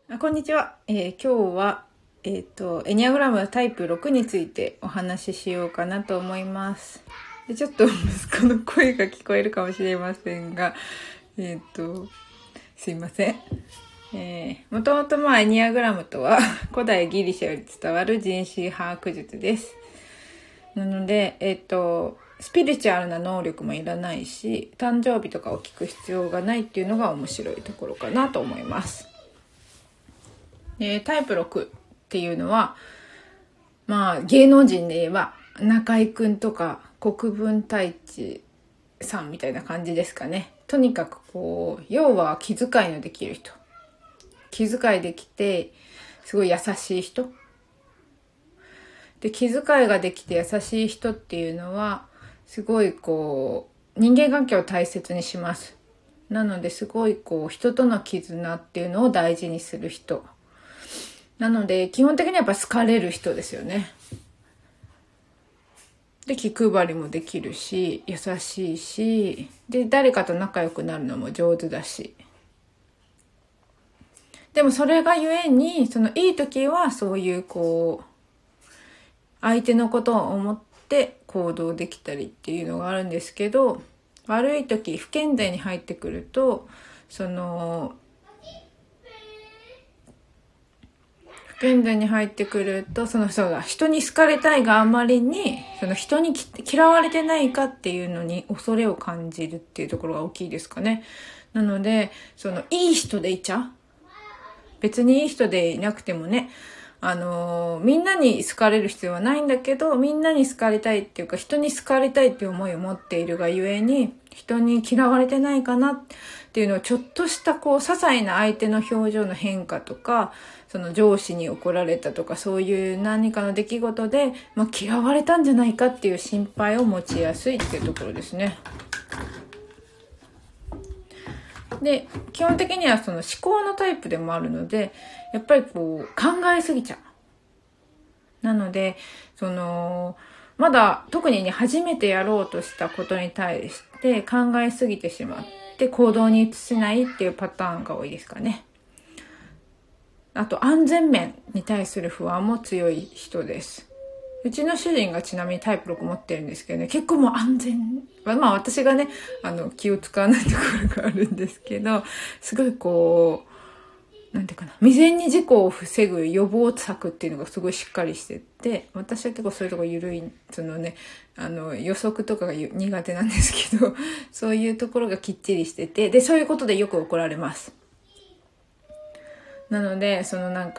こんにちは。今日は、エニアグラムタイプ6についてお話ししようかなと思います。で、ちょっと息子の声が聞こえるかもしれませんが、すいません。もともとエニアグラムとは古代ギリシャより伝わる人種把握術です。なので、スピリチュアルな能力もいらないし、誕生日とかを聞く必要がないっていうのが面白いところかなと思います。タイプ6っていうのは、芸能人で言えば中居くんとか国分太一さんみたいな感じですかね。とにかく要は気遣いのできる人。気遣いできて、すごい優しい人。で、気遣いができて優しい人っていうのは、すごい人間関係を大切にします。なので、すごい人との絆っていうのを大事にする人。なので、基本的にはやっぱ好かれる人ですよね。で、気配りもできるし、優しいし、で、誰かと仲良くなるのも上手だし。でもそれがゆえに、いい時はそういう相手のことを思って行動できたりっていうのがあるんですけど、悪い時、不健全に入ってくると、現在に入ってくると、人に好かれたいがあまりに、人に嫌われてないかっていうのに恐れを感じるっていうところが大きいですかね。なので、いい人でいちゃ別にいい人でいなくてもね、みんなに好かれる必要はないんだけど、みんなに好かれたいっていうか、人に好かれたいっていう思いを持っているがゆえに、人に嫌われてないかなっていうのをちょっとした些細な相手の表情の変化とか、上司に怒られたとか、そういう何かの出来事で、嫌われたんじゃないかっていう心配を持ちやすいっていうところですね。で、基本的には思考のタイプでもあるので、やっぱり考えすぎちゃう。なので、まだ特にね、初めてやろうとしたことに対して考えすぎてしまって行動に移せないっていうパターンが多いですかね。あと安全面に対する不安も強い人です。うちの主人がちなみにタイプ6持ってるんですけどね、結構もう安全。私がね、気を使わないところがあるんですけど、すごいなんていうかな、未然に事故を防ぐ予防策っていうのがすごいしっかりしてて、私は結構そういうとこ緩い、予測とかが苦手なんですけど、そういうところがきっちりしてて、で、そういうことでよく怒られます。なので、そんな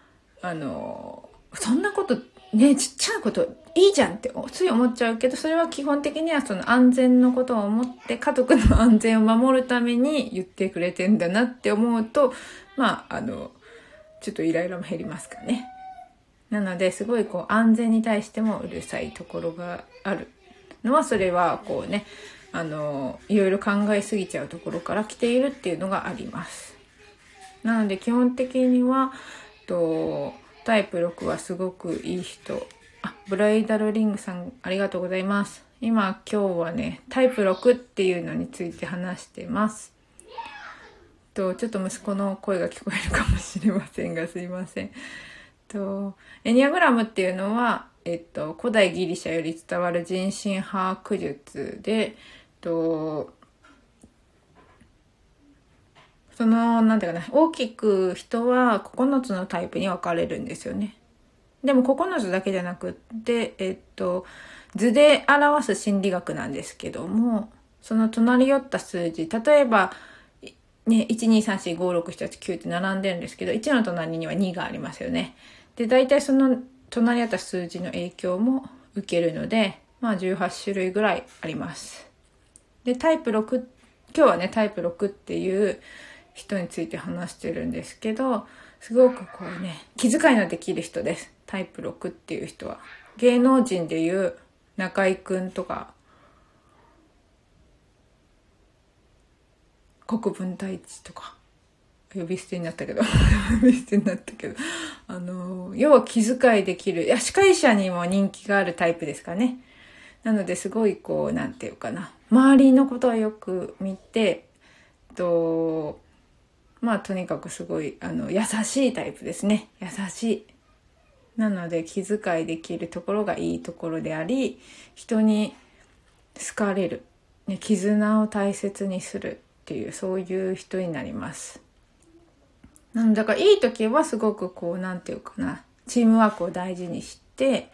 ことね、ちっちゃなこといいじゃんってつい思っちゃうけど、それは基本的には安全のことを思って家族の安全を守るために言ってくれてんだなって思うと、ちょっとイライラも減りますかね。なので、すごい安全に対してもうるさいところがあるのは、それはいろいろ考えすぎちゃうところから来ているっていうのがあります。なので、基本的には、タイプ6はすごくいい人。ブライダルリングさんありがとうございます。今日はね、タイプ6っていうのについて話してます。ちょっと息子の声が聞こえるかもしれませんが、すいません。エニアグラムっていうのは、古代ギリシャより伝わる人心把握術で、なんていうかな、大きく人は9つのタイプに分かれるんですよね。でも9つだけじゃなくって、図で表す心理学なんですけども、その隣り寄った数字、例えば、ね、1、2、3、4、5、6、7、8、9って並んでるんですけど、1の隣には2がありますよね。で、大体その隣り合った数字の影響も受けるので、18種類ぐらいあります。で、タイプ6、今日はね、タイプ6っていう人について話してるんですけど、すごく気遣いのできる人です。タイプ6っていう人は。芸能人でいう中居くんとか、国分太一とか、呼び捨てになったけど、要は気遣いできる。司会者にも人気があるタイプですかね。なので、すごいなんていうかな。周りのことをよく見て、 まあとにかくすごい優しいタイプですね。優しい。なので気遣いできるところがいいところであり、人に好かれる、ね、絆を大切にするっていう、そういう人になります。なのでだからいい時はすごくこうなんていうかな、チームワークを大事にして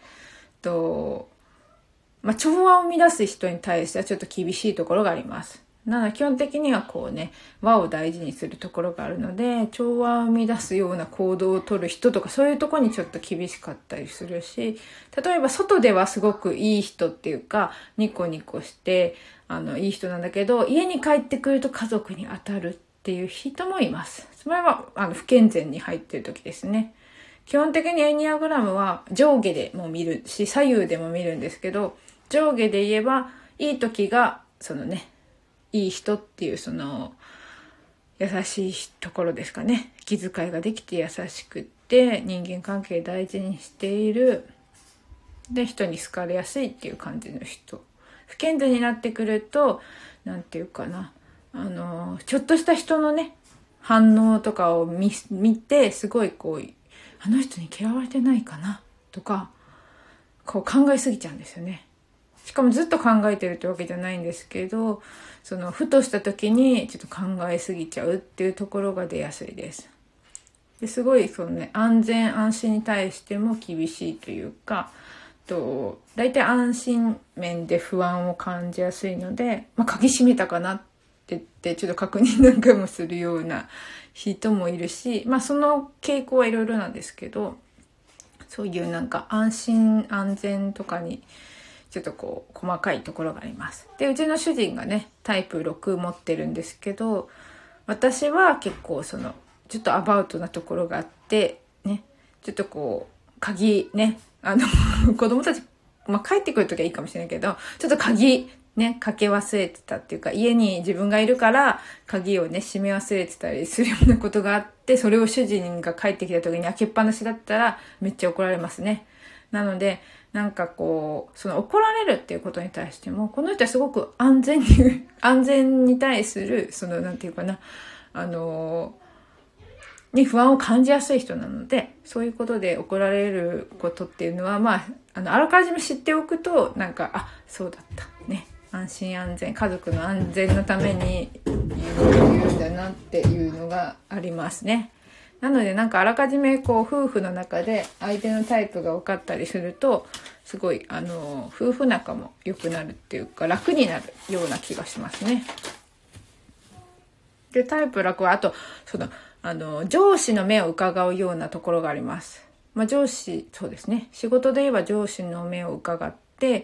調和を乱す人に対してはちょっと厳しいところがあります。なので基本的にはこうね、和を大事にするところがあるので、調和を乱すような行動を取る人とかそういうところにちょっと厳しかったりするし、例えば外ではすごくいい人っていうか、ニコニコしていい人なんだけど、家に帰ってくると家族に当たるっていう人もいます。それは不健全に入ってる時ですね。基本的にエニアグラムは上下でも見るし、左右でも見るんですけど、上下で言えばいい時がいい人っていう優しいところですかね。気遣いができて優しくって人間関係大事にしている、で人に好かれやすいっていう感じの人。不健全になってくるとなんていうかな、ちょっとした人のね反応とかを見て、すごいこうあの人に嫌われてないかなとかこう考えすぎちゃうんですよね。しかもずっと考えてるってわけじゃないんですけど、ふとした時にちょっと考えすぎちゃうっていうところが出やすいです。ですごい安全安心に対しても厳しいというか、大体安心面で不安を感じやすいので、鍵閉めたかなって言ってちょっと確認なんかもするような人もいるし、その傾向はいろいろなんですけど、そういう安心安全とかにちょっとこう細かいところがあります。で、うちの主人がねタイプ6持ってるんですけど、私は結構ちょっとアバウトなところがあってね、ちょっとこう鍵ね子供たち、帰ってくるときはいいかもしれないけど、ちょっと鍵ねかけ忘れてたっていうか、家に自分がいるから鍵をね閉め忘れてたりするようなことがあって、それを主人が帰ってきた時に開けっぱなしだったらめっちゃ怒られますね。なので怒られるっていうことに対しても、この人はすごく安全に対するなんていうかな、に不安を感じやすい人なので、そういうことで怒られることっていうのはあらかじめ知っておくと、そうだったね、安心安全、家族の安全のために言うんだなっていうのがありますね。なのであらかじめこう夫婦の中で相手のタイプが分かったりすると、すごい夫婦仲も良くなるっていうか、楽になるような気がしますね。で、タイプ6は上司の目を伺うようなところがあります。上司、そうですね、仕事で言えば上司の目を伺って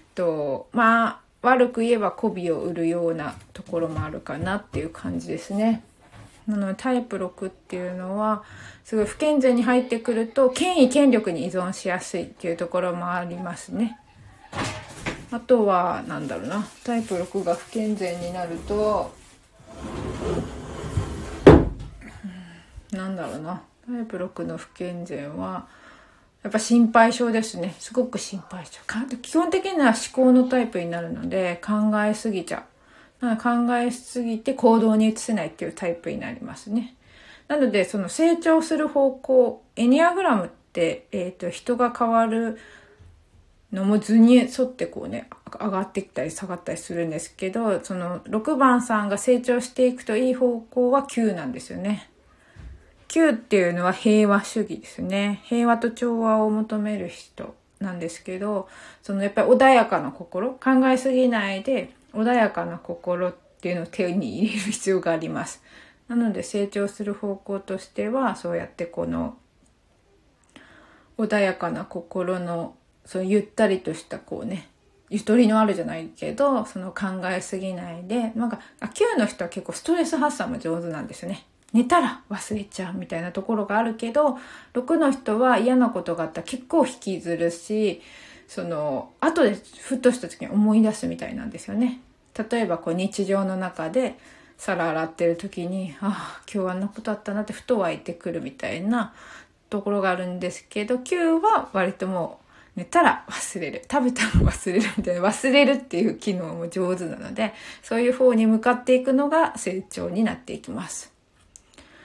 悪く言えば媚びを売るようなところもあるかなっていう感じですね。なのでタイプ6っていうのはすごい不健全に入ってくると権威権力に依存しやすいっていうところもありますね。あとはタイプ6が不健全になるとタイプ6の不健全はやっぱ心配性ですね。すごく心配性。基本的には思考のタイプになるので考えすぎちゃう。考えすぎて行動に移せないっていうタイプになりますね。なので成長する方向、エニアグラムって、人が変わるのも図に沿ってこうね上がってきたり下がったりするんですけど、6番さんが成長していくといい方向は9なんですよね。9っていうのは平和主義ですね。平和と調和を求める人なんですけど、やっぱり穏やかな心、考えすぎないで穏やかな心っていうのを手に入れる必要があります。なので成長する方向としては、そうやってこの穏やかな心のゆったりとしたゆとりのあるじゃないけど、考えすぎないで、9の人は結構ストレス発散も上手なんですよね。寝たら忘れちゃうみたいなところがあるけど、6の人は嫌なことがあったら結構引きずるし、後でふとした時に思い出すみたいなんですよね。例えば日常の中で皿洗ってる時に、今日あんなことあったなってふと湧いてくるみたいなところがあるんですけど、9は割ともう寝たら忘れる、食べたら忘れるみたいな、忘れるっていう機能も上手なので、そういう方に向かっていくのが成長になっていきます。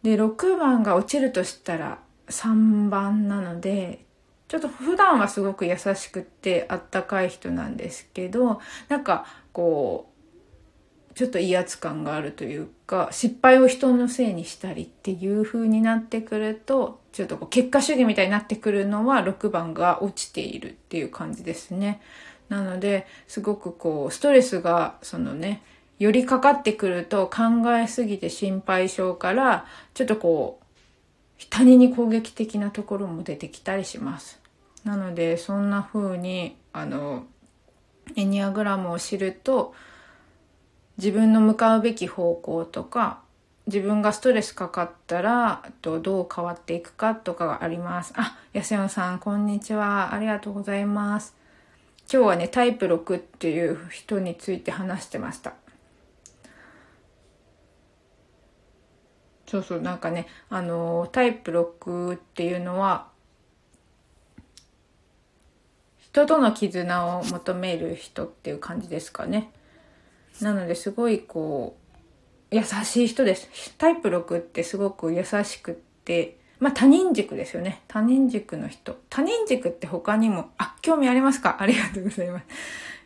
で、6番が落ちるとしたら3番なので、ちょっと普段はすごく優しくってあったかい人なんですけど、なんかこう、ちょっと威圧感があるというか、失敗を人のせいにしたりっていう風になってくると、ちょっとこう結果主義みたいになってくるのは6番が落ちているっていう感じですね。なので、すごくこう、ストレスが、寄りかかってくると考えすぎて心配性から、ちょっとこう、他人に攻撃的なところも出てきたりします。なので、そんな風に、エニアグラムを知ると、自分の向かうべき方向とか、自分がストレスかかったらどう変わっていくかとかがあります。あ、やすよんさん、こんにちは。ありがとうございます。今日はね、タイプ6っていう人について話してました。そう、なんかね、タイプ6っていうのは、人との絆を求める人っていう感じですかね。なのですごいこう、優しい人です。タイプ6ってすごく優しくって、他人軸ですよね。他人軸の人。他人軸って他にも、興味ありますか？ありがとうございます。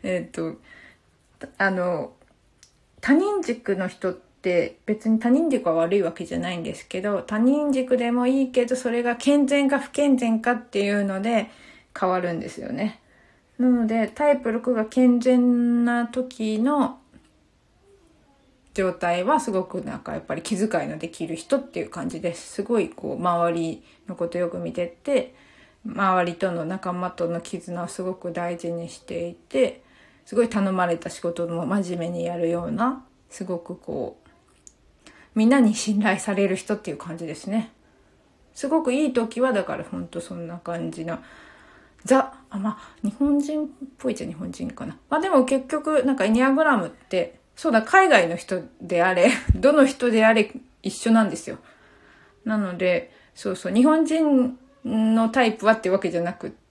他人軸の人って別に他人軸は悪いわけじゃないんですけど、他人軸でもいいけど、それが健全か不健全かっていうので変わるんですよね。なので、タイプ6が健全な時の状態はすごくなんかやっぱり気遣いのできる人っていう感じです。すごいこう周りのことよく見てて、周りとの仲間との絆をすごく大事にしていて、すごい頼まれた仕事も真面目にやるような、すごくこうみんなに信頼される人っていう感じですね。すごくいい時はだから本当そんな感じな日本人っぽいじゃ日本人かな。でも結局なんかエニアグラムってそうだ、海外の人であれどの人であれ一緒なんですよ。なのでそう日本人のタイプはってわけじゃなくって、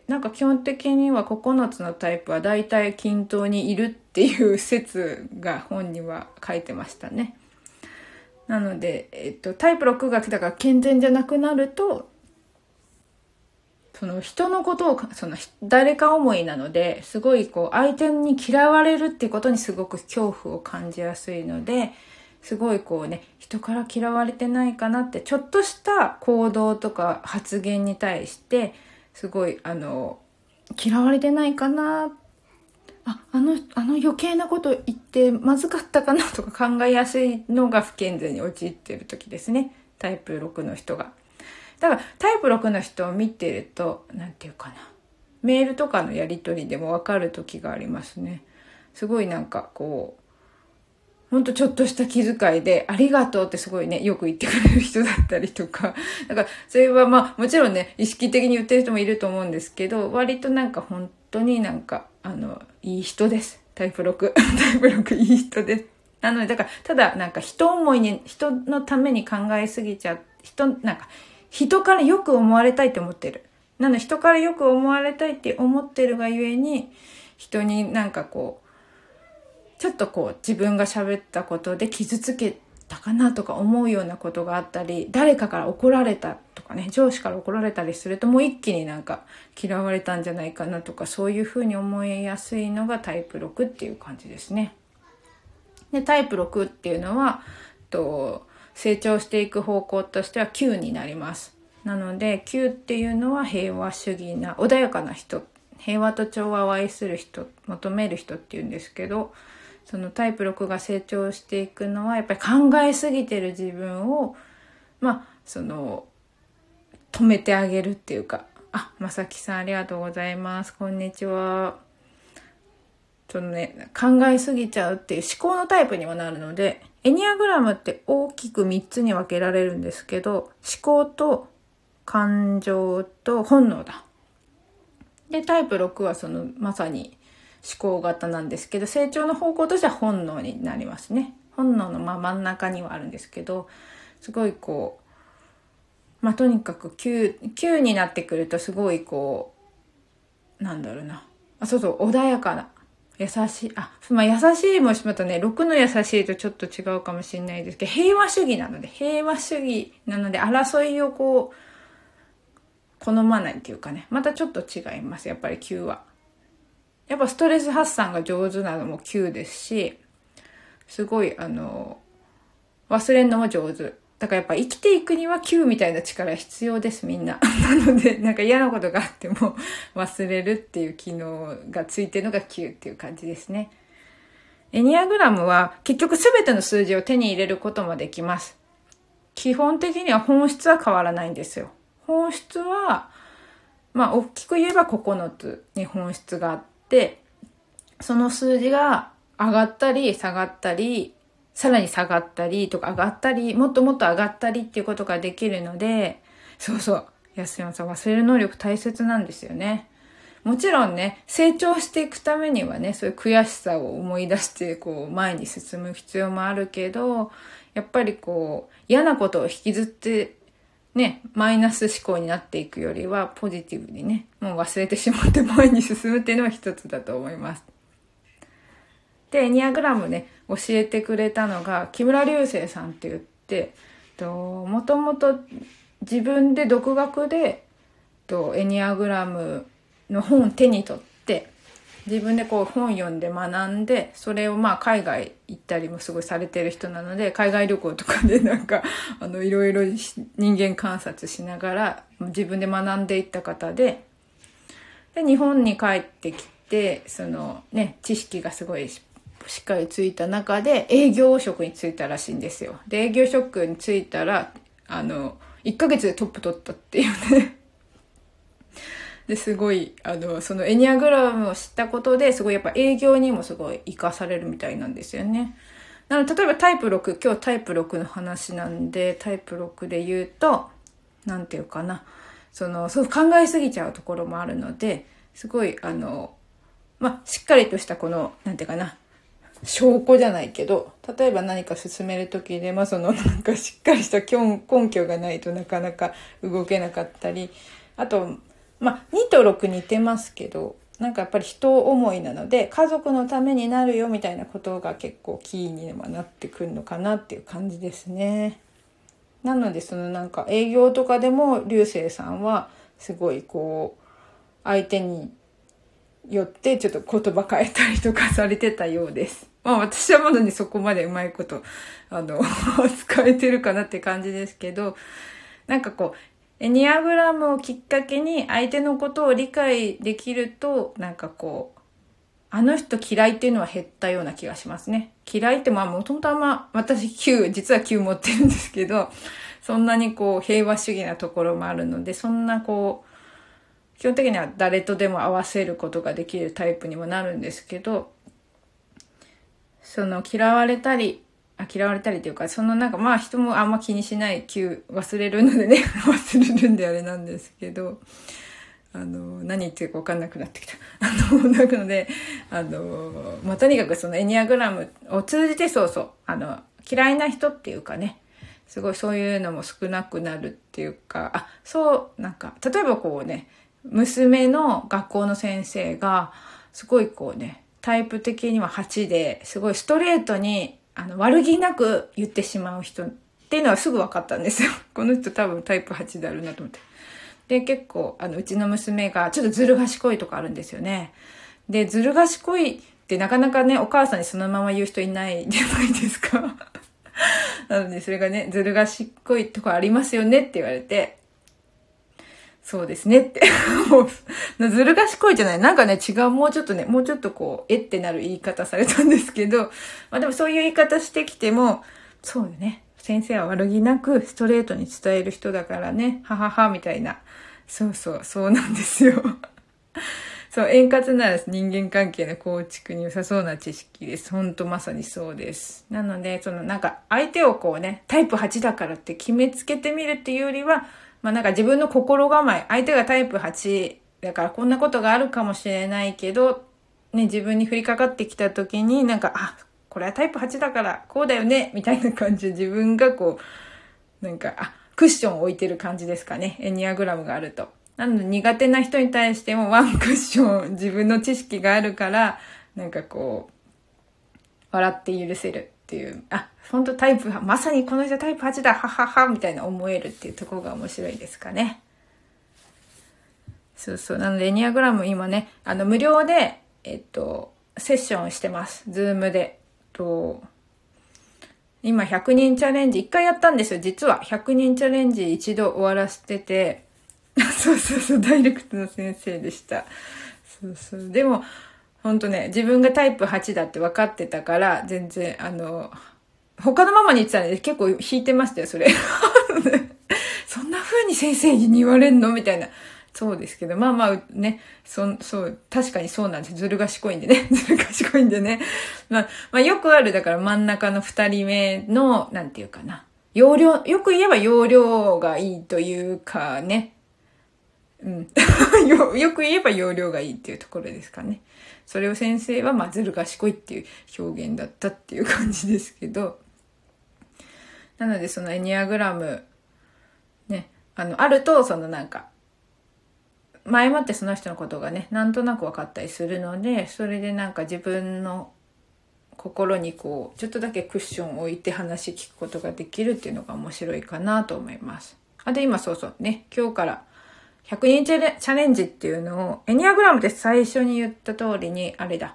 なんか基本的には9つのタイプは大体均等にいるっていう説が本には書いてましたね。なので、タイプ6がだから健全じゃなくなると、その人のことを、誰か思いなので、すごいこう相手に嫌われるっていうことにすごく恐怖を感じやすいので、すごいこうね、人から嫌われてないかなって、ちょっとした行動とか発言に対して、すごい嫌われてないかな、あの余計なこと言ってまずかったかなとか考えやすいのが不健全に陥っている時ですね。タイプ6の人が。だからタイプ6の人を見てると、なんていうかな。メールとかのやり取りでもわかる時がありますね。すごいなんかこう、ほんとちょっとした気遣いで、ありがとうってすごいね、よく言ってくれる人だったりとか。だから、それはもちろんね、意識的に言ってる人もいると思うんですけど、割となんか本当になんか、いい人です。タイプ6。タイプ6いい人です。なので、だから、ただなんか人のために考えすぎちゃう、人からよく思われたいって思ってる。なので人からよく思われたいって思ってるがゆえに、人になんかこう、ちょっとこう自分が喋ったことで傷つけたかなとか思うようなことがあったり、誰かから怒られたとかね、上司から怒られたりするともう一気になんか嫌われたんじゃないかなとか、そういうふうに思いやすいのがタイプ6っていう感じですね。で、タイプ6っていうのは、成長していく方向としては9になります。なので9っていうのは平和主義な穏やかな人、平和と調和を愛する人、求める人っていうんですけど、そのタイプ6が成長していくのはやっぱり考えすぎてる自分を止めてあげるっていうか、まさきさんありがとうございます。こんにちは。考えすぎちゃうっていう思考のタイプにもなるので、エニアグラムって大きく3つに分けられるんですけど、思考と感情と本能だ。で、タイプ6はまさに思考型なんですけど、成長の方向としては本能になりますね。本能の真ん中にはあるんですけど、すごいこう、とにかく9になってくるとすごいこう、穏やかな。 優しい。優しいもまたね、6の優しいとちょっと違うかもしれないですけど、平和主義なので、争いを好まないっていうかね、またちょっと違います、やっぱり9は。やっぱストレス発散が上手なのも9ですし、すごい、忘れるのも上手。だからやっぱ生きていくには9みたいな力必要です、みんな。なので、なんか嫌なことがあっても忘れるっていう機能がついてるのが9っていう感じですね。エニアグラムは結局すべての数字を手に入れることもできます。基本的には本質は変わらないんですよ。本質は、大きく言えば9つに本質があって、その数字が上がったり下がったり、さらに下がったりとか上がったり、もっともっと上がったりっていうことができるので、安山さん、忘れる能力大切なんですよね。もちろんね、成長していくためにはね、そういう悔しさを思い出して前に進む必要もあるけど、やっぱり嫌なことを引きずってね、マイナス思考になっていくよりはポジティブにね、もう忘れてしまって前に進むっていうのは一つだと思います。で、エニアグラムね、教えてくれたのが木村隆生さんって言って、もともと自分で独学でエニアグラムの本を手に取って、自分で本読んで学んで、それを海外行ったりもすごいされてる人なので、海外旅行とかでいろいろ人間観察しながら自分で学んでいった方で、日本に帰ってきて、知識がすごいしっかりついた中で営業職に就いたらしいんですよ。で、営業職に就いたら、1ヶ月でトップ取ったっていうね。で、すごい、そのエニアグラムを知ったことで、すごいやっぱ営業にもすごい活かされるみたいなんですよね。なので、例えばタイプ6、今日タイプ6の話なんで、タイプ6で言うと、なんていうかな、そう考えすぎちゃうところもあるので、すごい、しっかりとしたなんていうかな、証拠じゃないけど、例えば何か進めるときで、なんかしっかりした根拠がないとなかなか動けなかったり、あと、2と6似てますけど、なんかやっぱり人思いなので、家族のためになるよみたいなことが結構キーにはなってくるのかなっていう感じですね。なのでなんか営業とかでも流星さんはすごい相手によってちょっと言葉変えたりとかされてたようです。私はまだねそこまでうまいこと使えてるかなって感じですけど、なんかエニアグラムをきっかけに相手のことを理解できると、なんかあの人嫌いっていうのは減ったような気がしますね。嫌いってもともと私実は9持ってるんですけど、そんなに平和主義なところもあるので、そんな基本的には誰とでも合わせることができるタイプにもなるんですけど、嫌われたりというか、なんか人もあんま気にしない忘れるのでね、忘れるんであれなんですけど、何言ってるか分かんなくなってきた。なので、とにかくエニアグラムを通じて嫌いな人っていうかね、すごいそういうのも少なくなるっていうか、なんか、例えば娘の学校の先生が、すごいタイプ的には8で、すごいストレートに、悪気なく言ってしまう人っていうのはすぐ分かったんですよ。この人多分タイプ8であるなと思って。で、結構、うちの娘がちょっとずる賢いとかあるんですよね。で、ずる賢いってなかなかね、お母さんにそのまま言う人いないじゃないですか。なので、それがね、ずる賢いとこありますよねって言われて、そうですねって。もう、ずる賢いじゃない。なんかね、もうちょっとえってなる言い方されたんですけど、でもそういう言い方してきても、そうよね。先生は悪気なくストレートに伝える人だからね、ははは、みたいな。そうなんですよ。そう、円滑な人間関係の構築に良さそうな知識です。ほんとまさにそうです。なので、なんか相手をタイプ8だからって決めつけてみるっていうよりは、なんか自分の心構え、相手がタイプ8だからこんなことがあるかもしれないけど、ね、自分に降りかかってきた時になんか、これはタイプ8だからこうだよね、みたいな感じで自分がなんか、クッションを置いてる感じですかね。エニアグラムがあると。なので苦手な人に対してもワンクッション自分の知識があるから、 なんかこう、笑って許せるっていう、本当タイプ、まさにこの人タイプ8だ、ははは、みたいな思えるっていうところが面白いですかね。そうそう。なので、エニアグラム今ね、無料で、セッションしてます。ズームで。今100人チャレンジ、1回やったんですよ。実は100人チャレンジ一度終わらせてて、そうそうそう、ダイレクトの先生でした。そうそう。でも、ほんとね、自分がタイプ8だって分かってたから、全然、他のママに言ってたので結構引いてましたよ、それ。そんな風に先生に言われんのみたいな。そうですけど、まあまあね、そう、確かにそうなんです。ずる賢いんでね。ずる賢いんでね。まあよくある、だから真ん中の2人目の、なんていうかな。容量、よく言えば容量がいいというかね。うん。よく言えば容量がいいっていうところですかね。それを先生は、ずる賢いっていう表現だったっていう感じですけど。なので、そのエニアグラム、ね、あると、なんか、前もってその人のことがね、なんとなく分かったりするので、それでなんか自分の心にこう、ちょっとだけクッションを置いて話聞くことができるっていうのが面白いかなと思います。で、今そうそうね、今日から100人チャレンジっていうのを、エニアグラムで最初に言った通りに、あれだ、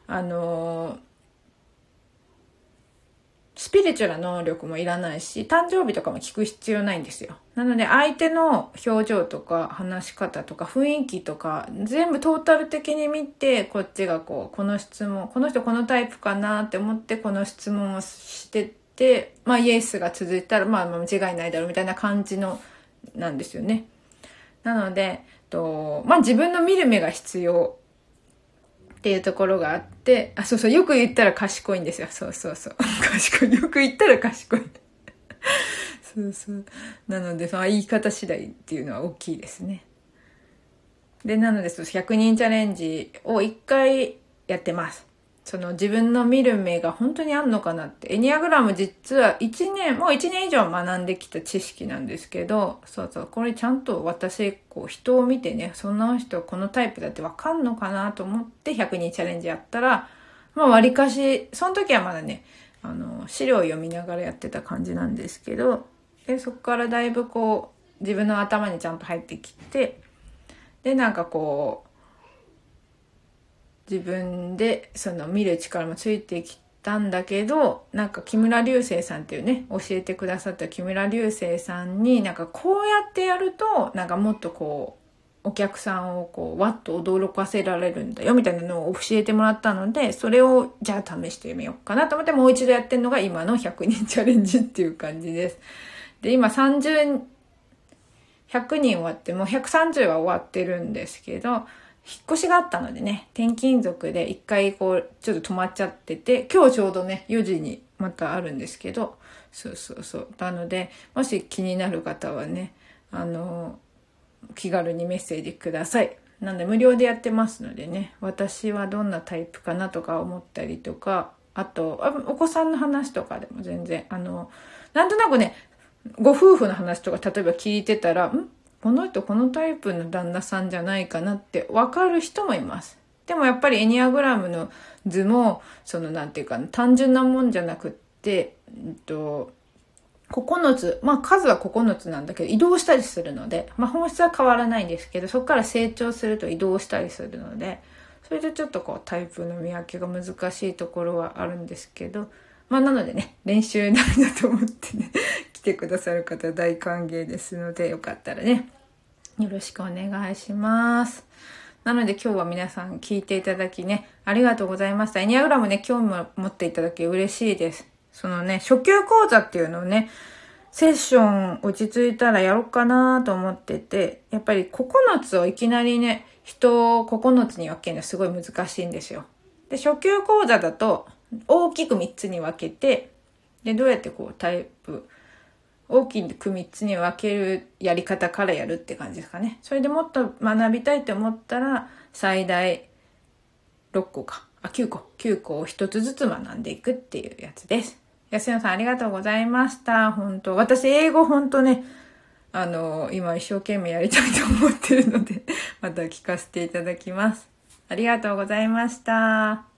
スピリチュアルな能力もいらないし、誕生日とかも聞く必要ないんですよ。なので相手の表情とか話し方とか雰囲気とか全部トータル的に見て、こっちがこの質問、この人このタイプかなって思ってこの質問をしてって、イエスが続いたら間違いないだろうみたいな感じのなんですよね。なので、自分の見る目が必要っていうところがあって、そうそう、よく言ったら賢いんですよ。そうそうそう。賢い。よく言ったら賢い。そうそう。なので、その言い方次第っていうのは大きいですね。で、なので、100人チャレンジを1回やってます。その自分の見る目が本当にあんのかなって。エニアグラム実はもう1年以上学んできた知識なんですけど、そうそう、これちゃんと私、人を見てね、その人このタイプだってわかんのかなと思って100人チャレンジやったら、割かし、その時はまだね、資料を読みながらやってた感じなんですけど、で、そこからだいぶ自分の頭にちゃんと入ってきて、で、なんか自分で見る力もついてきたんだけど、なんか木村隆生さんっていうね、教えてくださった木村隆生さんになんかこうやってやると、なんかもっとお客さんをわっと驚かせられるんだよみたいなのを教えてもらったので、それをじゃあ試してみようかなと思ってもう一度やってるのが今の100人チャレンジっていう感じです。で、今100人終わってもう130は終わってるんですけど、引っ越しがあったのでね、転勤族で一回ちょっと止まっちゃってて、今日ちょうどね、4時にまたあるんですけど、そうそうそう。なので、もし気になる方はね、気軽にメッセージください。なので無料でやってますのでね、私はどんなタイプかなとか思ったりとか、あと、お子さんの話とかでも全然、なんとなくね、ご夫婦の話とか例えば聞いてたら、この人このタイプの旦那さんじゃないかなって分かる人もいます。でもやっぱりエニアグラムの図も、なんていうか、単純なもんじゃなくって、9つ、数は9つなんだけど移動したりするので、本質は変わらないんですけど、そこから成長すると移動したりするので、それでちょっとタイプの見分けが難しいところはあるんですけど、なのでね、練習なんだと思ってね、来てくださる方大歓迎ですので、よかったらね、よろしくお願いします。なので今日は皆さん聞いていただきね、ありがとうございました。エニアグラムね、興味を持っていただき嬉しいです。初級講座っていうのをね、セッション落ち着いたらやろうかなと思ってて、やっぱり9つをいきなりね、人を9つに分けるのはすごい難しいんですよ。で、初級講座だと大きく3つに分けて、で、どうやってタイプ、大きく3つに分けるやり方からやるって感じですかね。それでもっと学びたいと思ったら、最大6個か。9個を1つずつ学んでいくっていうやつです。安野さんありがとうございました。本当私英語本当ね、今一生懸命やりたいと思ってるので、また聞かせていただきます。ありがとうございました。